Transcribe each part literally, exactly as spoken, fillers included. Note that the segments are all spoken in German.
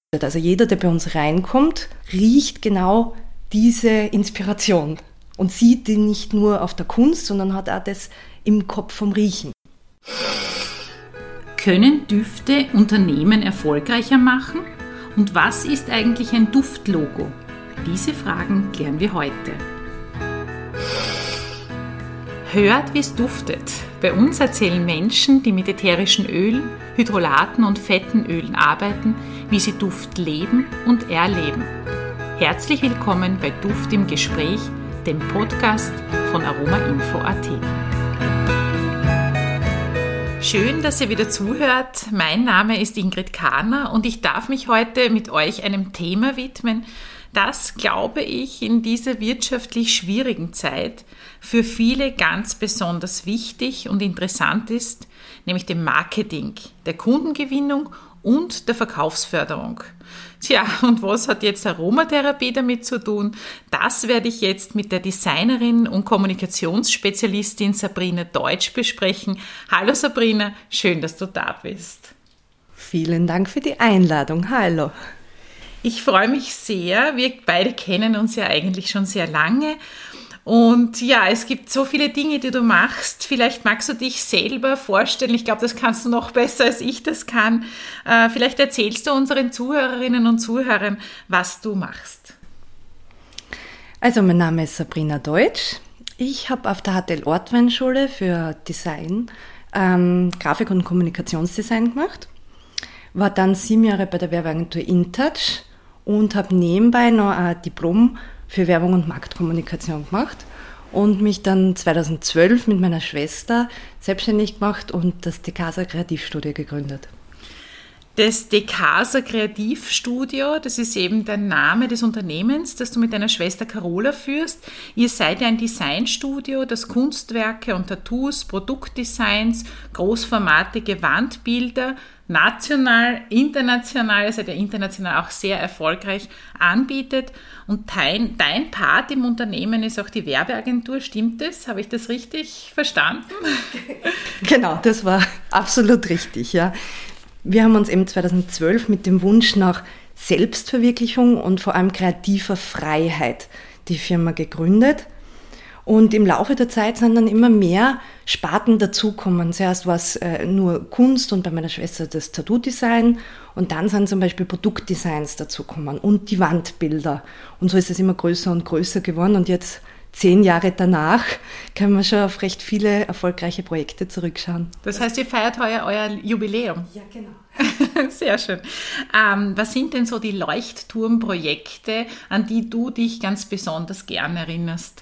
Also jeder, der bei uns reinkommt, riecht genau diese Inspiration und sieht die nicht nur auf der Kunst, sondern hat auch das im Kopf vom Riechen. Können Düfte Unternehmen erfolgreicher machen? Und was ist eigentlich ein Duftlogo? Diese Fragen klären wir heute. Hört, wie es duftet. Bei uns erzählen Menschen, die mit ätherischen Ölen, Hydrolaten und fetten Ölen arbeiten, wie sie Duft leben und erleben. Herzlich willkommen bei Duft im Gespräch, dem Podcast von aromainfo punkt at. Schön, dass ihr wieder zuhört. Mein Name ist Ingrid Kahner und ich darf mich heute mit euch einem Thema widmen, das, glaube ich, in dieser wirtschaftlich schwierigen Zeit für viele ganz besonders wichtig und interessant ist, nämlich dem Marketing, der Kundengewinnung und der Verkaufsförderung. Tja, und was hat jetzt Aromatherapie damit zu tun? Das werde ich jetzt mit der Designerin und Kommunikationsspezialistin Sabrina Deutsch besprechen. Hallo Sabrina, schön, dass du da bist. Vielen Dank für die Einladung. Hallo. Ich freue mich sehr. Wir beide kennen uns ja eigentlich schon sehr lange. Und ja, es gibt so viele Dinge, die du machst. Vielleicht magst du dich selber vorstellen. Ich glaube, das kannst du noch besser, als ich das kann. Äh, vielleicht erzählst du unseren Zuhörerinnen und Zuhörern, was du machst. Also, mein Name ist Sabrina Deutsch. Ich habe auf der H T L Ortwein-Schule für Design, ähm, Grafik- und Kommunikationsdesign gemacht. War dann sieben Jahre bei der Werbeagentur InTouch und habe nebenbei noch ein Diplom für Werbung und Marktkommunikation gemacht und mich dann zweitausendzwölf mit meiner Schwester selbstständig gemacht und das Decasa Kreativstudio gegründet. Das Decasa Kreativstudio, das ist eben der Name des Unternehmens, das du mit deiner Schwester Carola führst. Ihr seid ein Designstudio, das Kunstwerke und Tattoos, Produktdesigns, großformatige Wandbilder, national, international, ihr seid ja international auch sehr erfolgreich, anbietet. Und dein, dein Part im Unternehmen ist auch die Werbeagentur, stimmt das? Habe ich das richtig verstanden? Genau, das war absolut richtig, ja. Wir haben uns eben zweitausendzwölf mit dem Wunsch nach Selbstverwirklichung und vor allem kreativer Freiheit die Firma gegründet. Und im Laufe der Zeit sind dann immer mehr Sparten dazugekommen. Zuerst war es äh, nur Kunst und bei meiner Schwester das Tattoo-Design. Und dann sind zum Beispiel Produktdesigns dazugekommen und die Wandbilder. Und so ist es immer größer und größer geworden. Und jetzt, zehn Jahre danach, können wir schon auf recht viele erfolgreiche Projekte zurückschauen. Das heißt, ihr feiert heuer euer Jubiläum? Ja, genau. Sehr schön. Ähm, was sind denn so die Leuchtturmprojekte, an die du dich ganz besonders gern erinnerst?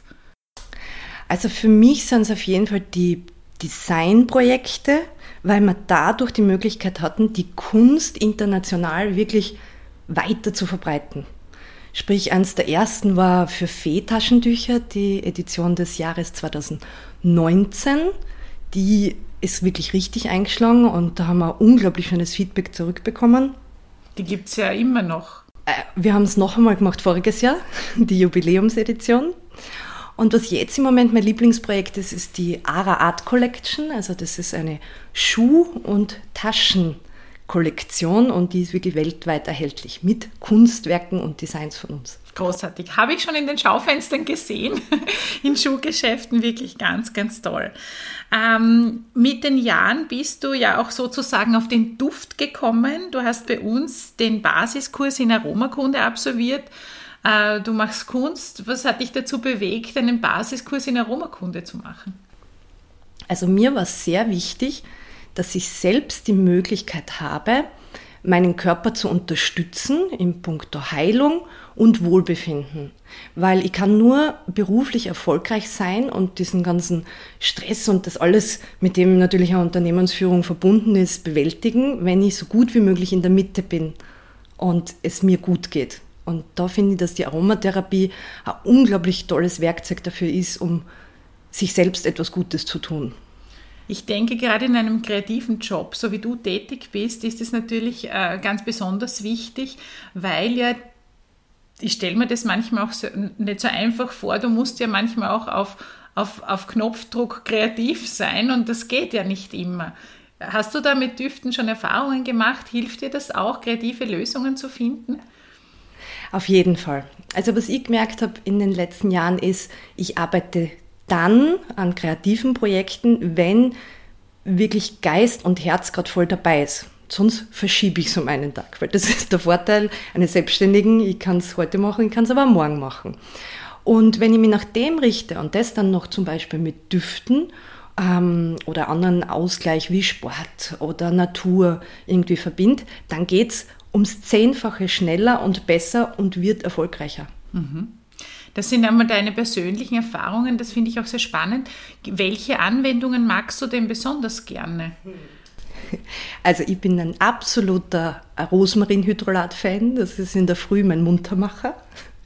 Also für mich sind es auf jeden Fall die Designprojekte, weil wir dadurch die Möglichkeit hatten, die Kunst international wirklich weiter zu verbreiten. Sprich, eines der ersten war für Fee-Taschentücher, die Edition des Jahres zweitausendneunzehn. Die ist wirklich richtig eingeschlagen und da haben wir unglaublich schönes Feedback zurückbekommen. Die gibt es ja immer noch. Äh, wir haben es noch einmal gemacht voriges Jahr, die Jubiläumsedition. Und was jetzt im Moment mein Lieblingsprojekt ist, ist die Ara Art Collection. Also das ist eine Schuh- und Taschenkollektion und die ist wirklich weltweit erhältlich mit Kunstwerken und Designs von uns. Großartig. Habe ich schon in den Schaufenstern gesehen, in Schuhgeschäften, wirklich ganz, ganz toll. Ähm, mit den Jahren bist du ja auch sozusagen auf den Duft gekommen. Du hast bei uns den Basiskurs in Aromakunde absolviert. Du machst Kunst. Was hat dich dazu bewegt, einen Basiskurs in Aromakunde zu machen? Also mir war es sehr wichtig, dass ich selbst die Möglichkeit habe, meinen Körper zu unterstützen in puncto Heilung und Wohlbefinden. Weil ich kann nur beruflich erfolgreich sein und diesen ganzen Stress und das alles, mit dem natürlich eine Unternehmensführung verbunden ist, bewältigen, wenn ich so gut wie möglich in der Mitte bin und es mir gut geht. Und da finde ich, dass die Aromatherapie ein unglaublich tolles Werkzeug dafür ist, um sich selbst etwas Gutes zu tun. Ich denke, gerade in einem kreativen Job, so wie du tätig bist, ist es natürlich äh, ganz besonders wichtig, weil ja, ich stelle mir das manchmal auch so, nicht so einfach vor, du musst ja manchmal auch auf, auf, auf Knopfdruck kreativ sein und das geht ja nicht immer. Hast du da mit Düften schon Erfahrungen gemacht? Hilft dir das auch, kreative Lösungen zu finden? Auf jeden Fall. Also was ich gemerkt habe in den letzten Jahren ist, ich arbeite dann an kreativen Projekten, wenn wirklich Geist und Herz gerade voll dabei ist. Sonst verschiebe ich es um einen Tag, weil das ist der Vorteil eines Selbstständigen. Ich kann es heute machen, ich kann es aber morgen machen. Und wenn ich mich nach dem richte und das dann noch zum Beispiel mit Düften ähm, oder anderen Ausgleich wie Sport oder Natur irgendwie verbinde, dann geht es ums Zehnfache schneller und besser und wird erfolgreicher. Mhm. Das sind einmal deine persönlichen Erfahrungen, das finde ich auch sehr spannend. Welche Anwendungen magst du denn besonders gerne? Also ich bin ein absoluter Rosmarinhydrolat-Fan, das ist in der Früh mein Muntermacher.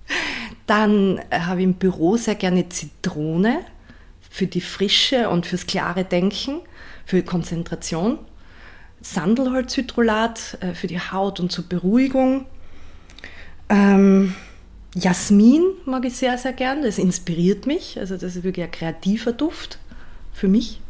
Dann habe ich im Büro sehr gerne Zitrone für die Frische und fürs klare Denken, für Konzentration. Sandelholzhydrolat für die Haut und zur Beruhigung. Ähm, Jasmin mag ich sehr, sehr gern, das inspiriert mich, also das ist wirklich ein kreativer Duft für mich.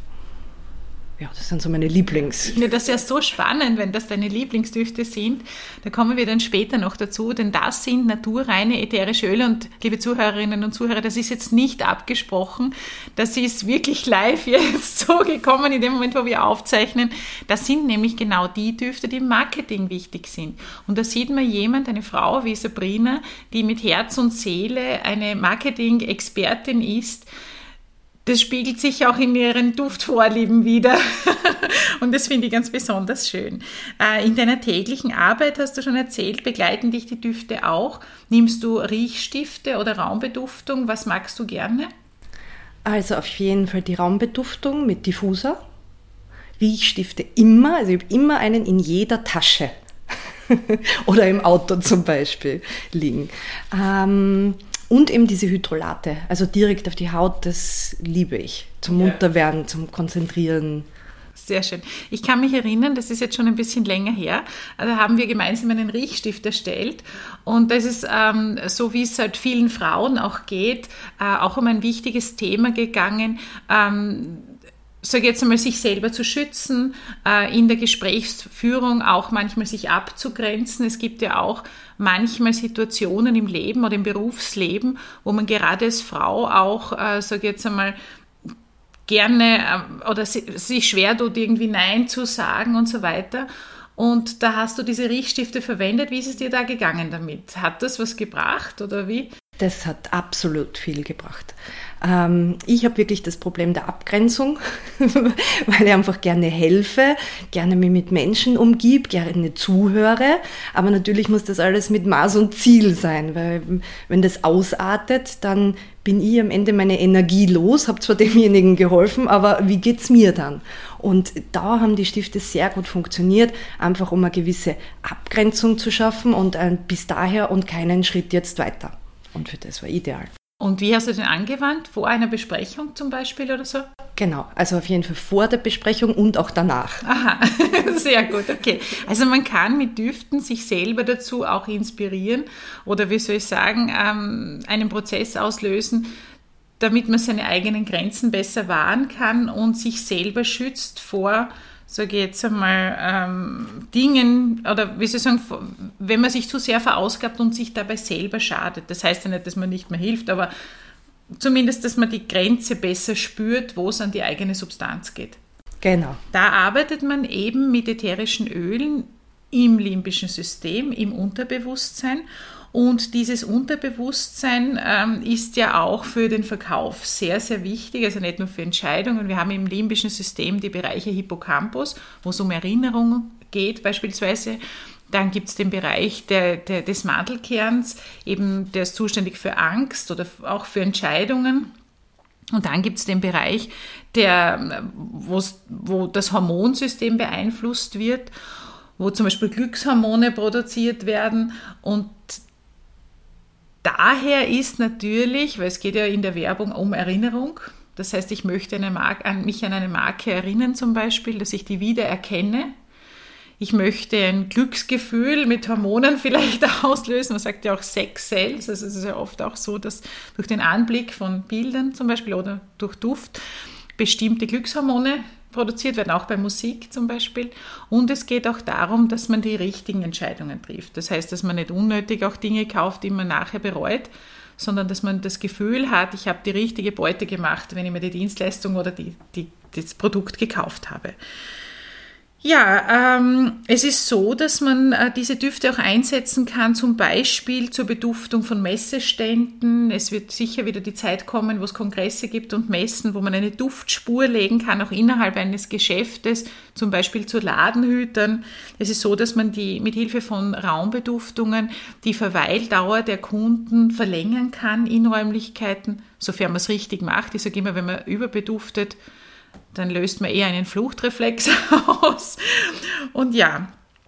Ja, das sind so meine Lieblings. Ja, das ist ja so spannend, wenn das deine Lieblingsdüfte sind. Da kommen wir dann später noch dazu, denn das sind naturreine ätherische Öle. Und liebe Zuhörerinnen und Zuhörer, das ist jetzt nicht abgesprochen. Das ist wirklich live jetzt so gekommen in dem Moment, wo wir aufzeichnen. Das sind nämlich genau die Düfte, die im Marketing wichtig sind. Und da sieht man jemand, eine Frau wie Sabrina, die mit Herz und Seele eine Marketing-Expertin ist. Das spiegelt sich auch in ihren Duftvorlieben wider und das finde ich ganz besonders schön. In deiner täglichen Arbeit, hast du schon erzählt, begleiten dich die Düfte auch. Nimmst du Riechstifte oder Raumbeduftung? Was magst du gerne? Also auf jeden Fall die Raumbeduftung mit Diffuser. Riechstifte immer, also ich habe immer einen in jeder Tasche oder im Auto zum Beispiel liegen. Ähm, Und eben diese Hydrolate, also direkt auf die Haut, das liebe ich. Zum Munterwerden, zum Konzentrieren. Sehr schön. Ich kann mich erinnern, das ist jetzt schon ein bisschen länger her, da haben wir gemeinsam einen Riechstift erstellt und das ist, ähm, so wie es halt vielen Frauen auch geht, äh, auch um ein wichtiges Thema gegangen, ähm, sage jetzt einmal, sich selber zu schützen, äh, in der Gesprächsführung auch manchmal sich abzugrenzen. Es gibt ja auch manchmal Situationen im Leben oder im Berufsleben, wo man gerade als Frau auch, äh, sage jetzt einmal, gerne äh, oder si- sich schwer tut, irgendwie Nein zu sagen und so weiter. Und da hast du diese Riechstifte verwendet. Wie ist es dir da gegangen damit? Hat das was gebracht oder wie? Das hat absolut viel gebracht. Ähm, ich habe wirklich das Problem der Abgrenzung, weil ich einfach gerne helfe, gerne mich mit Menschen umgib, gerne zuhöre. Aber natürlich muss das alles mit Maß und Ziel sein, weil wenn das ausartet, dann bin ich am Ende meine Energie los, habe zwar demjenigen geholfen, aber wie geht's mir dann? Und da haben die Stifte sehr gut funktioniert, einfach um eine gewisse Abgrenzung zu schaffen und ein bis daher und keinen Schritt jetzt weiter. Und für das war ideal. Und wie hast du den angewandt? Vor einer Besprechung zum Beispiel oder so? Genau, also auf jeden Fall vor der Besprechung und auch danach. Aha, sehr gut, okay. Also man kann mit Düften sich selber dazu auch inspirieren oder wie soll ich sagen, ähm, einen Prozess auslösen, damit man seine eigenen Grenzen besser wahren kann und sich selber schützt vor, sage ich jetzt einmal, ähm, Dingen, oder wie soll ich sagen, wenn man sich zu sehr verausgabt und sich dabei selber schadet. Das heißt ja nicht, dass man nicht mehr hilft, aber zumindest, dass man die Grenze besser spürt, wo es an die eigene Substanz geht. Genau. Da arbeitet man eben mit ätherischen Ölen im limbischen System, im Unterbewusstsein. Und dieses Unterbewusstsein ähm, ist ja auch für den Verkauf sehr, sehr wichtig, also nicht nur für Entscheidungen. Wir haben im limbischen System die Bereiche Hippocampus, wo es um Erinnerung geht beispielsweise. Dann gibt es den Bereich der, der, des Mandelkerns, eben der ist zuständig für Angst oder auch für Entscheidungen. Und dann gibt es den Bereich, der, wo das Hormonsystem beeinflusst wird, wo zum Beispiel Glückshormone produziert werden. Und daher ist natürlich, weil es geht ja in der Werbung um Erinnerung, das heißt, ich möchte eine Marke, an mich an eine Marke erinnern zum Beispiel, dass ich die wieder erkenne. Ich möchte ein Glücksgefühl mit Hormonen vielleicht auslösen. Man sagt ja auch Sex Cells. Also es ist ja oft auch so, dass durch den Anblick von Bildern zum Beispiel oder durch Duft bestimmte Glückshormone produziert werden, auch bei Musik zum Beispiel. Und es geht auch darum, dass man die richtigen Entscheidungen trifft. Das heißt, dass man nicht unnötig auch Dinge kauft, die man nachher bereut, sondern dass man das Gefühl hat, ich habe die richtige Beute gemacht, wenn ich mir die Dienstleistung oder die, die, das Produkt gekauft habe. Ja, ähm, es ist so, dass man äh, diese Düfte auch einsetzen kann, zum Beispiel zur Beduftung von Messeständen. Es wird sicher wieder die Zeit kommen, wo es Kongresse gibt und Messen, wo man eine Duftspur legen kann, auch innerhalb eines Geschäftes, zum Beispiel zu Ladenhütern. Es ist so, dass man die mit Hilfe von Raumbeduftungen die Verweildauer der Kunden verlängern kann in Räumlichkeiten, sofern man es richtig macht. Ich sage immer, wenn man überbeduftet, dann löst man eher einen Fluchtreflex aus. Und ja,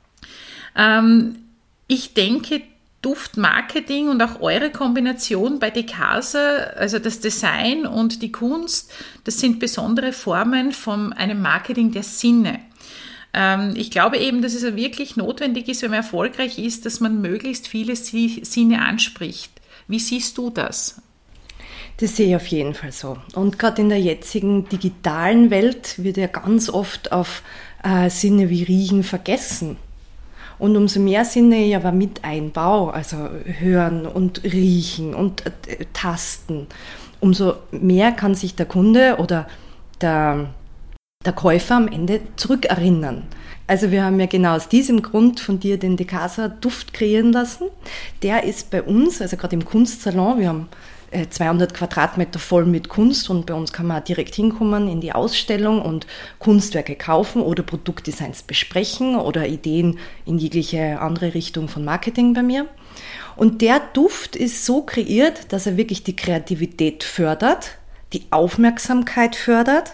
ähm, ich denke, Duftmarketing und auch eure Kombination bei Decasa, also das Design und die Kunst, das sind besondere Formen von einem Marketing der Sinne. Ähm, ich glaube eben, dass es wirklich notwendig ist, wenn man erfolgreich ist, dass man möglichst viele Sinne anspricht. Wie siehst du das? Das sehe ich auf jeden Fall so. Und gerade in der jetzigen digitalen Welt wird ja ganz oft auf äh, Sinne wie Riechen vergessen. Und umso mehr Sinne ich aber mit einbaue, also hören und riechen und äh, tasten, umso mehr kann sich der Kunde oder der, der Käufer am Ende zurückerinnern. Also wir haben ja genau aus diesem Grund von dir den Decasa Duft kreieren lassen. Der ist bei uns, also gerade im Kunstsalon, wir haben zweihundert Quadratmeter voll mit Kunst und bei uns kann man direkt hinkommen in die Ausstellung und Kunstwerke kaufen oder Produktdesigns besprechen oder Ideen in jegliche andere Richtung von Marketing bei mir. Und der Duft ist so kreiert, dass er wirklich die Kreativität fördert, die Aufmerksamkeit fördert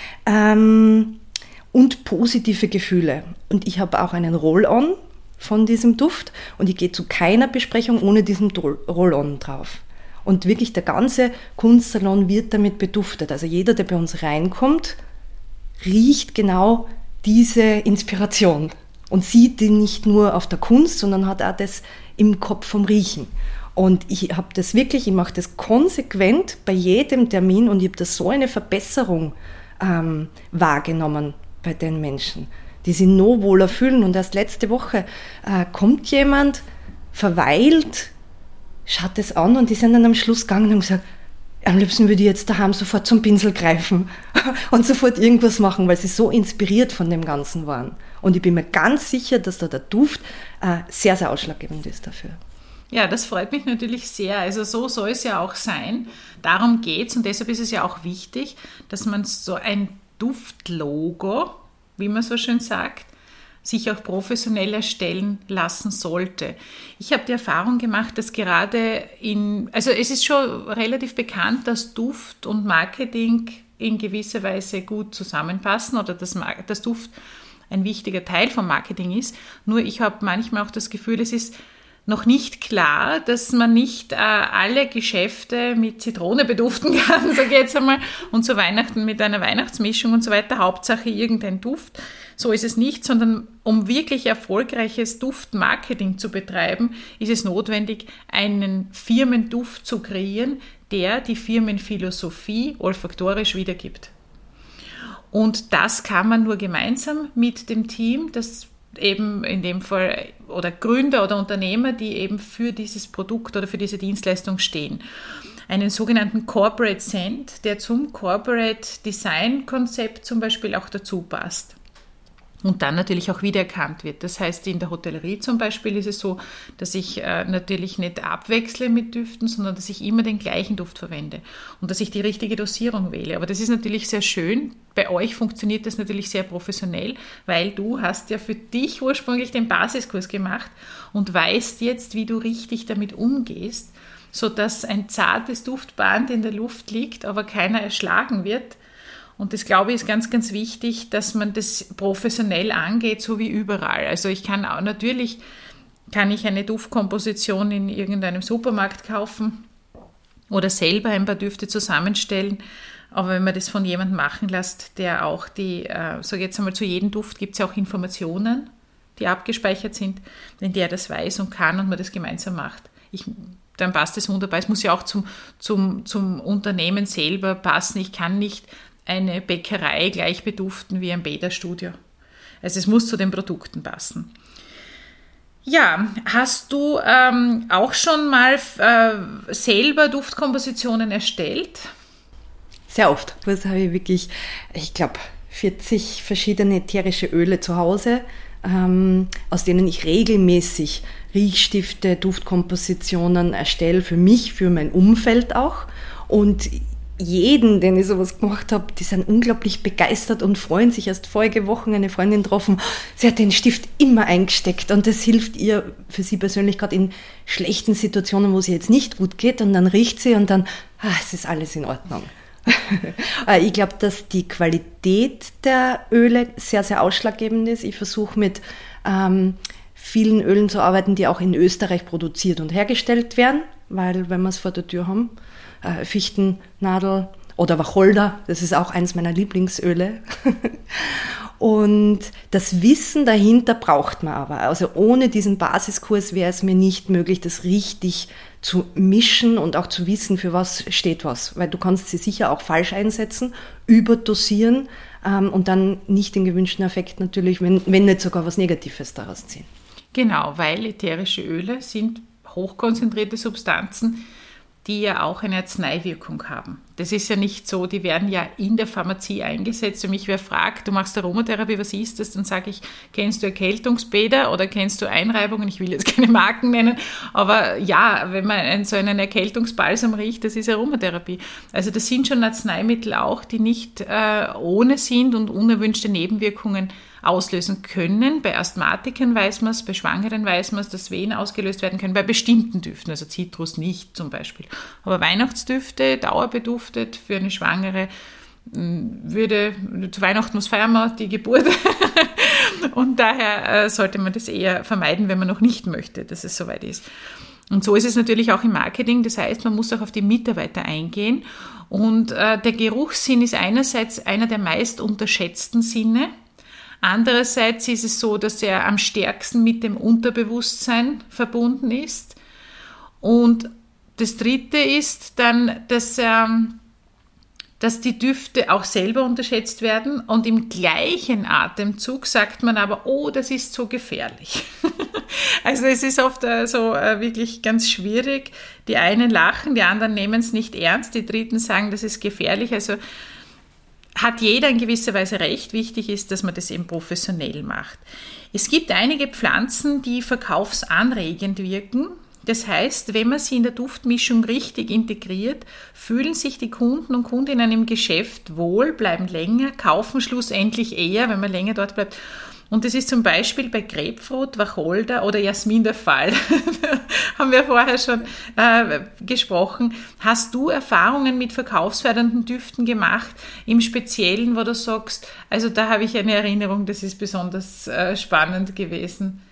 ähm, und positive Gefühle. Und ich habe auch einen Roll-on von diesem Duft und ich gehe zu keiner Besprechung ohne diesen Roll-on drauf. Und wirklich der ganze Kunstsalon wird damit beduftet. Also jeder, der bei uns reinkommt, riecht genau diese Inspiration und sieht die nicht nur auf der Kunst, sondern hat auch das im Kopf vom Riechen. Und ich habe das wirklich, ich mache das konsequent bei jedem Termin und ich habe da so eine Verbesserung ähm, wahrgenommen bei den Menschen, die sich noch wohler fühlen. Und erst letzte Woche äh, kommt jemand, verweilt, schaut es an und die sind dann am Schluss gegangen und haben gesagt, am liebsten würde ich jetzt daheim sofort zum Pinsel greifen und sofort irgendwas machen, weil sie so inspiriert von dem Ganzen waren. Und ich bin mir ganz sicher, dass da der Duft äh, sehr, sehr ausschlaggebend ist dafür. Ja, das freut mich natürlich sehr. Also so soll es ja auch sein. Darum geht's und deshalb ist es ja auch wichtig, dass man so ein Duftlogo, wie man so schön sagt, sich auch professionell erstellen lassen sollte. Ich habe die Erfahrung gemacht, dass gerade in, also es ist schon relativ bekannt, dass Duft und Marketing in gewisser Weise gut zusammenpassen oder dass, dass Duft ein wichtiger Teil vom Marketing ist. Nur ich habe manchmal auch das Gefühl, es ist noch nicht klar, dass man nicht äh, alle Geschäfte mit Zitrone beduften kann, sage ich jetzt einmal, und zu Weihnachten mit einer Weihnachtsmischung und so weiter, Hauptsache irgendein Duft. So ist es nicht, sondern um wirklich erfolgreiches Duftmarketing zu betreiben, ist es notwendig, einen Firmenduft zu kreieren, der die Firmenphilosophie olfaktorisch wiedergibt. Und das kann man nur gemeinsam mit dem Team, das eben in dem Fall oder Gründer oder Unternehmer, die eben für dieses Produkt oder für diese Dienstleistung stehen. Einen sogenannten Corporate Scent, der zum Corporate Design Konzept zum Beispiel auch dazu passt. Und dann natürlich auch wiedererkannt wird. Das heißt, in der Hotellerie zum Beispiel ist es so, dass ich äh, natürlich nicht abwechsle mit Düften, sondern dass ich immer den gleichen Duft verwende und dass ich die richtige Dosierung wähle. Aber das ist natürlich sehr schön. Bei euch funktioniert das natürlich sehr professionell, weil du hast ja für dich ursprünglich den Basiskurs gemacht und weißt jetzt, wie du richtig damit umgehst, sodass ein zartes Duftband in der Luft liegt, aber keiner erschlagen wird. Und das, glaube ich, ist ganz, ganz wichtig, dass man das professionell angeht, so wie überall. Also ich kann auch, natürlich kann ich eine Duftkomposition in irgendeinem Supermarkt kaufen oder selber ein paar Düfte zusammenstellen. Aber wenn man das von jemandem machen lässt, der auch die, äh, sage jetzt einmal, zu jedem Duft gibt es ja auch Informationen, die abgespeichert sind, wenn der das weiß und kann und man das gemeinsam macht. Ich dann passt es wunderbar. Es muss ja auch zum, zum, zum Unternehmen selber passen. Ich kann nicht eine Bäckerei gleich beduften wie ein Bäderstudio. Also es muss zu den Produkten passen. Ja, hast du ähm, auch schon mal äh, selber Duftkompositionen erstellt? Sehr oft. Das habe ich wirklich, ich glaube, vierzig verschiedene ätherische Öle zu Hause, ähm, aus denen ich regelmäßig Riechstifte, Duftkompositionen erstelle, für mich, für mein Umfeld auch. Und jeden, den ich sowas gemacht habe, die sind unglaublich begeistert und freuen sich. Erst vorige Wochen eine Freundin getroffen, sie hat den Stift immer eingesteckt und das hilft ihr für sie persönlich gerade in schlechten Situationen, wo es ihr jetzt nicht gut geht, und dann riecht sie und dann, ah, es ist alles in Ordnung. Ich glaube, dass die Qualität der Öle sehr, sehr ausschlaggebend ist. Ich versuche mit ähm, vielen Ölen zu arbeiten, die auch in Österreich produziert und hergestellt werden, weil wenn wir es vor der Tür haben, äh, Fichtennadel oder Wacholder, das ist auch eines meiner Lieblingsöle. Und das Wissen dahinter braucht man aber. Also ohne diesen Basiskurs wäre es mir nicht möglich, das richtig zu mischen und auch zu wissen, für was steht was. Weil du kannst sie sicher auch falsch einsetzen, überdosieren ähm, und dann nicht den gewünschten Effekt natürlich, wenn, wenn nicht sogar was Negatives daraus ziehen. Genau, weil ätherische Öle sind hochkonzentrierte Substanzen, die ja auch eine Arzneiwirkung haben. Das ist ja nicht so, die werden ja in der Pharmazie eingesetzt. Wenn mich wer fragt, du machst Aromatherapie, was ist das? Dann sage ich, kennst du Erkältungsbäder oder kennst du Einreibungen? Ich will jetzt keine Marken nennen, aber ja, wenn man so einen Erkältungsbalsam riecht, das ist Aromatherapie. Also das sind schon Arzneimittel auch, die nicht äh, ohne sind und unerwünschte Nebenwirkungen auslösen können. Bei Asthmatikern weiß man es, bei Schwangeren weiß man es, dass Wehen ausgelöst werden können, bei bestimmten Düften, also Zitrus nicht zum Beispiel. Aber Weihnachtsdüfte, dauerbeduftet für eine Schwangere, würde, zu Weihnachten muss feiern wir die Geburt und daher äh, sollte man das eher vermeiden, wenn man noch nicht möchte, dass es soweit ist. Und so ist es natürlich auch im Marketing, das heißt, man muss auch auf die Mitarbeiter eingehen und äh, der Geruchssinn ist einerseits einer der meist unterschätzten Sinne. Andererseits ist es so, dass er am stärksten mit dem Unterbewusstsein verbunden ist. Und das Dritte ist dann, dass, ähm, dass die Düfte auch selber unterschätzt werden und im gleichen Atemzug sagt man aber, oh, das ist so gefährlich. Also es ist oft äh, so äh, wirklich ganz schwierig. Die einen lachen, die anderen nehmen es nicht ernst, die Dritten sagen, das ist gefährlich. Also hat jeder in gewisser Weise recht. Wichtig ist, dass man das eben professionell macht. Es gibt einige Pflanzen, die verkaufsanregend wirken. Das heißt, wenn man sie in der Duftmischung richtig integriert, fühlen sich die Kunden und Kundinnen im Geschäft wohl, bleiben länger, kaufen schlussendlich eher, wenn man länger dort bleibt. Und das ist zum Beispiel bei Grapefruit, Wacholder oder Jasmin der Fall. Haben wir vorher schon äh, gesprochen. Hast du Erfahrungen mit verkaufsfördernden Düften gemacht, im Speziellen, wo du sagst, also da habe ich eine Erinnerung, das ist besonders äh, spannend gewesen.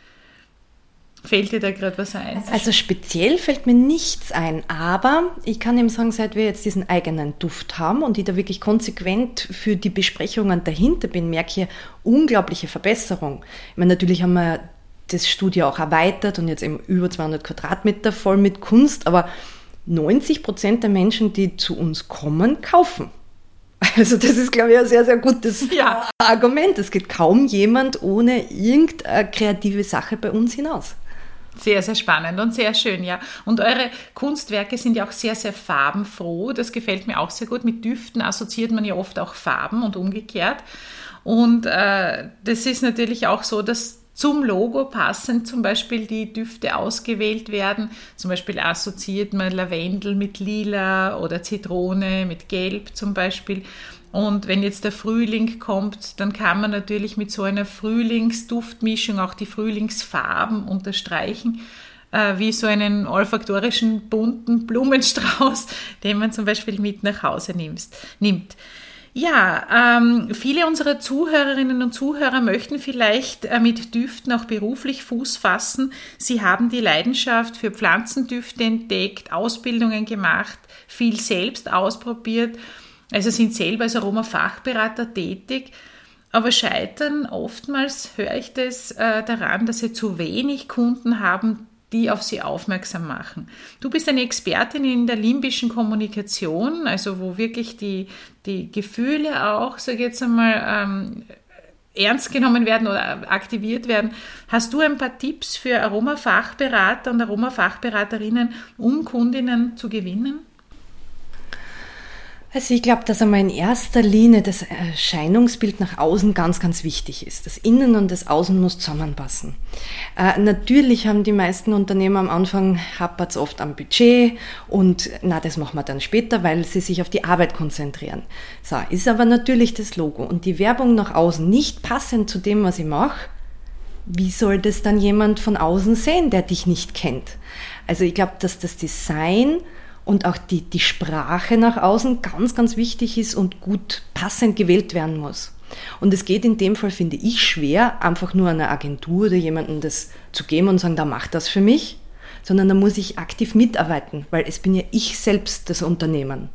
Fällt dir da gerade was ein? Also speziell fällt mir nichts ein, aber ich kann eben sagen, seit wir jetzt diesen eigenen Duft haben und ich da wirklich konsequent für die Besprechungen dahinter bin, merke ich eine unglaubliche Verbesserung. Ich meine, natürlich haben wir das Studio auch erweitert und jetzt eben über zweihundert Quadratmeter voll mit Kunst, aber neunzig Prozent der Menschen, die zu uns kommen, kaufen. Also das ist, glaube ich, ein sehr, sehr gutes ja. Argument. Es geht kaum jemand ohne irgendeine kreative Sache bei uns hinaus. Sehr, sehr spannend und sehr schön, ja. Und eure Kunstwerke sind ja auch sehr, sehr farbenfroh. Das gefällt mir auch sehr gut. Mit Düften assoziiert man ja oft auch Farben und umgekehrt. Und äh, das ist natürlich auch so, dass zum Logo passend zum Beispiel die Düfte ausgewählt werden. Zum Beispiel assoziiert man Lavendel mit Lila oder Zitrone mit Gelb zum Beispiel. Und wenn jetzt der Frühling kommt, dann kann man natürlich mit so einer Frühlingsduftmischung auch die Frühlingsfarben unterstreichen, äh, wie so einen olfaktorischen bunten Blumenstrauß, den man zum Beispiel mit nach Hause nimmst, nimmt. Ja, ähm, viele unserer Zuhörerinnen und Zuhörer möchten vielleicht äh, mit Düften auch beruflich Fuß fassen. Sie haben die Leidenschaft für Pflanzendüfte entdeckt, Ausbildungen gemacht, viel selbst ausprobiert. Also sind selber als Aromafachberater tätig, aber scheitern oftmals, höre ich das, äh, daran, dass sie zu wenig Kunden haben, die auf sie aufmerksam machen. Du bist eine Expertin in der limbischen Kommunikation, also wo wirklich die, die Gefühle auch, sage ich jetzt einmal, ähm, ernst genommen werden oder aktiviert werden. Hast du ein paar Tipps für Aromafachberater und Aromafachberaterinnen, um Kundinnen zu gewinnen? Also ich glaube, dass einmal in erster Linie das Erscheinungsbild nach außen ganz, ganz wichtig ist. Das Innen und das Außen muss zusammenpassen. Äh, natürlich haben die meisten Unternehmer am Anfang hapert's oft am Budget und na, das machen wir dann später, weil sie sich auf die Arbeit konzentrieren. So, ist aber natürlich das Logo und die Werbung nach außen nicht passend zu dem, was ich mache. Wie soll das dann jemand von außen sehen, der dich nicht kennt? Also ich glaube, dass das Design und auch die, die Sprache nach außen ganz, ganz wichtig ist und gut passend gewählt werden muss. Und es geht in dem Fall, finde ich, schwer, einfach nur einer Agentur oder jemandem das zu geben und sagen, da macht das für mich, sondern da muss ich aktiv mitarbeiten, weil es bin ja ich selbst das Unternehmen.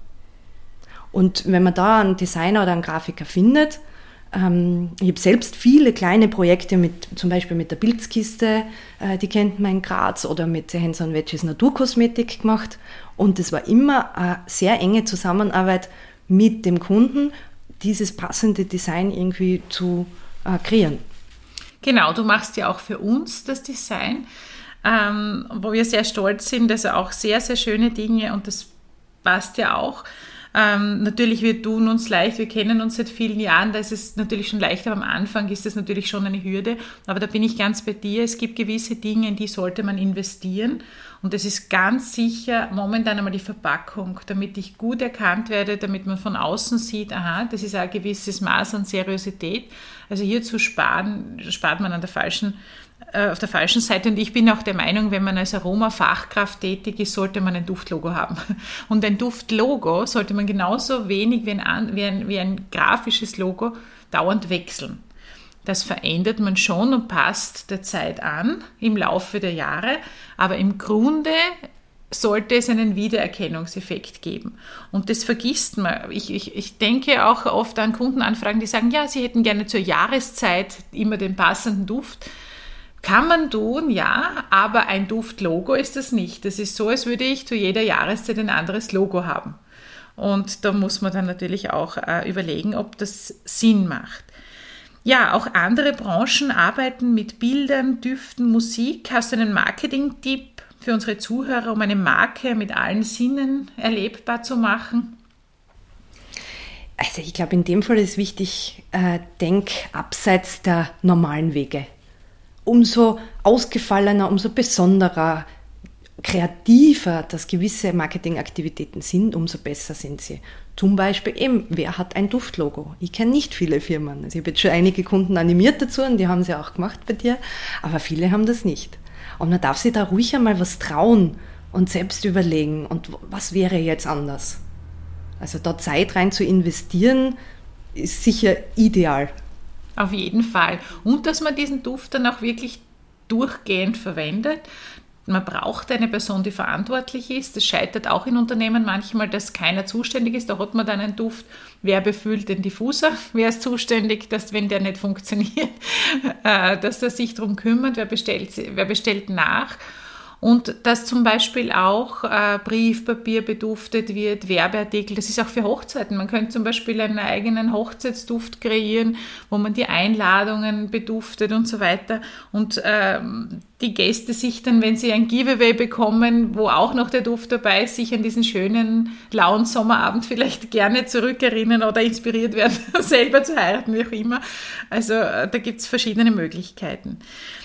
Und wenn man da einen Designer oder einen Grafiker findet, ähm, ich habe selbst viele kleine Projekte mit, zum Beispiel mit der Pilzkiste, äh, die kennt man in Graz, oder mit Hands on Veggies Naturkosmetik gemacht. Und es war immer eine sehr enge Zusammenarbeit mit dem Kunden, dieses passende Design irgendwie zu äh, kreieren. Genau, du machst ja auch für uns das Design, ähm, wo wir sehr stolz sind, also auch sehr, sehr schöne Dinge und das passt ja auch. Ähm, natürlich, wir tun uns leicht, wir kennen uns seit vielen Jahren, da ist es natürlich schon leichter, aber am Anfang ist das natürlich schon eine Hürde, aber da bin ich ganz bei dir, es gibt gewisse Dinge, in die sollte man investieren und das ist ganz sicher momentan einmal die Verpackung, damit ich gut erkannt werde, damit man von außen sieht, aha, das ist ein gewisses Maß an Seriosität, also hier zu sparen, spart man an der falschen auf der falschen Seite und ich bin auch der Meinung, wenn man als Aroma-Fachkraft tätig ist, sollte man ein Duftlogo haben. Und ein Duftlogo sollte man genauso wenig wie ein, wie ein, wie ein grafisches Logo dauernd wechseln. Das verändert man schon und passt der Zeit an im Laufe der Jahre, aber im Grunde sollte es einen Wiedererkennungseffekt geben. Und das vergisst man. Ich, ich, ich denke auch oft an Kundenanfragen, die sagen, ja, sie hätten gerne zur Jahreszeit immer den passenden Duft. Kann man tun, ja, aber ein Duftlogo ist das nicht. Das ist so, als würde ich zu jeder Jahreszeit ein anderes Logo haben. Und da muss man dann natürlich auch äh, überlegen, ob das Sinn macht. Ja, auch andere Branchen arbeiten mit Bildern, Düften, Musik. Hast du einen Marketing-Tipp für unsere Zuhörer, um eine Marke mit allen Sinnen erlebbar zu machen? Also ich glaube, in dem Fall ist wichtig, äh, denk abseits der normalen Wege. Umso ausgefallener, umso besonderer, kreativer das gewisse Marketingaktivitäten sind, umso besser sind sie. Zum Beispiel eben, wer hat ein Duftlogo? Ich kenne nicht viele Firmen. Also ich habe jetzt schon einige Kunden animiert dazu und die haben sie auch gemacht bei dir, aber viele haben das nicht. Und man darf sich da ruhig einmal was trauen und selbst überlegen, und was wäre jetzt anders? Also da Zeit rein zu investieren, ist sicher ideal. Auf jeden Fall. Und dass man diesen Duft dann auch wirklich durchgehend verwendet. Man braucht eine Person, die verantwortlich ist. Das scheitert auch in Unternehmen manchmal, dass keiner zuständig ist. Da hat man dann einen Duft. Wer befüllt den Diffuser? Wer ist zuständig, dass, wenn der nicht funktioniert, dass er sich darum kümmert? Wer bestellt, wer bestellt nach? Und dass zum Beispiel auch äh, Briefpapier beduftet wird, Werbeartikel, das ist auch für Hochzeiten. Man könnte zum Beispiel einen eigenen Hochzeitsduft kreieren, wo man die Einladungen beduftet und so weiter. Und ähm, die Gäste sich dann, wenn sie ein Giveaway bekommen, wo auch noch der Duft dabei ist, sich an diesen schönen, lauen Sommerabend vielleicht gerne zurückerinnern oder inspiriert werden, selber zu heiraten, wie auch immer. Also äh, da gibt es verschiedene Möglichkeiten.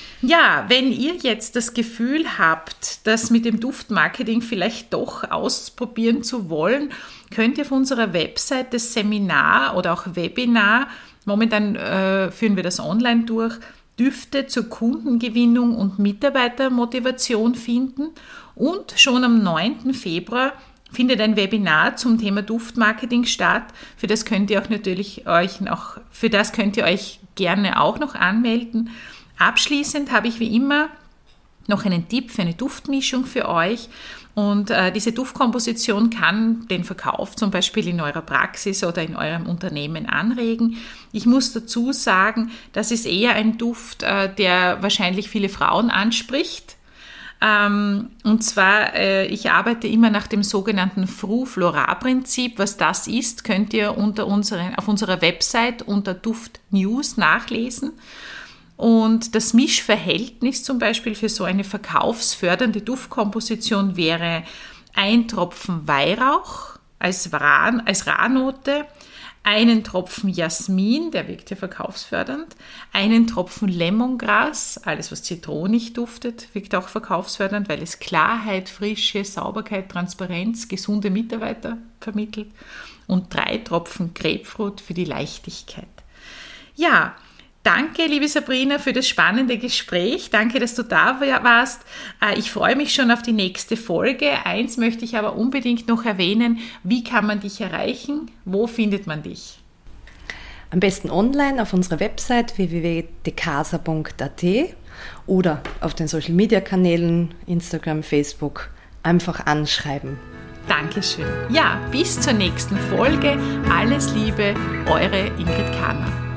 Ja, wenn ihr jetzt das Gefühl habt, das mit dem Duftmarketing vielleicht doch ausprobieren zu wollen, könnt ihr auf unserer Website das Seminar oder auch Webinar, momentan äh, führen wir das online durch, Düfte zur Kundengewinnung und Mitarbeitermotivation finden. Und schon am neunten Februar findet ein Webinar zum Thema Duftmarketing statt. Für das könnt ihr auch natürlich euch noch, für das könnt ihr euch gerne auch noch anmelden. Abschließend habe ich wie immer noch einen Tipp für eine Duftmischung für euch. Und äh, diese Duftkomposition kann den Verkauf zum Beispiel in eurer Praxis oder in eurem Unternehmen anregen. Ich muss dazu sagen, das ist eher ein Duft, äh, der wahrscheinlich viele Frauen anspricht. Ähm, und zwar, äh, ich arbeite immer nach dem sogenannten Früh-Florar-Prinzip. Was das ist, könnt ihr unter unseren, auf unserer Website unter Duft News nachlesen. Und das Mischverhältnis zum Beispiel für so eine verkaufsfördernde Duftkomposition wäre ein Tropfen Weihrauch als, Ra- als Rahnote, einen Tropfen Jasmin, der wirkt ja verkaufsfördernd, einen Tropfen Lemongras, alles was zitronig duftet, wirkt auch verkaufsfördernd, weil es Klarheit, Frische, Sauberkeit, Transparenz, gesunde Mitarbeiter vermittelt und drei Tropfen Grapefruit für die Leichtigkeit. Ja, danke, liebe Sabrina, für das spannende Gespräch. Danke, dass du da warst. Ich freue mich schon auf die nächste Folge. Eins möchte ich aber unbedingt noch erwähnen. Wie kann man dich erreichen? Wo findet man dich? Am besten online auf unserer Website w w w punkt decasa punkt a t oder auf den Social Media Kanälen Instagram, Facebook einfach anschreiben. Dankeschön. Ja, bis zur nächsten Folge. Alles Liebe, eure Ingrid Kahner.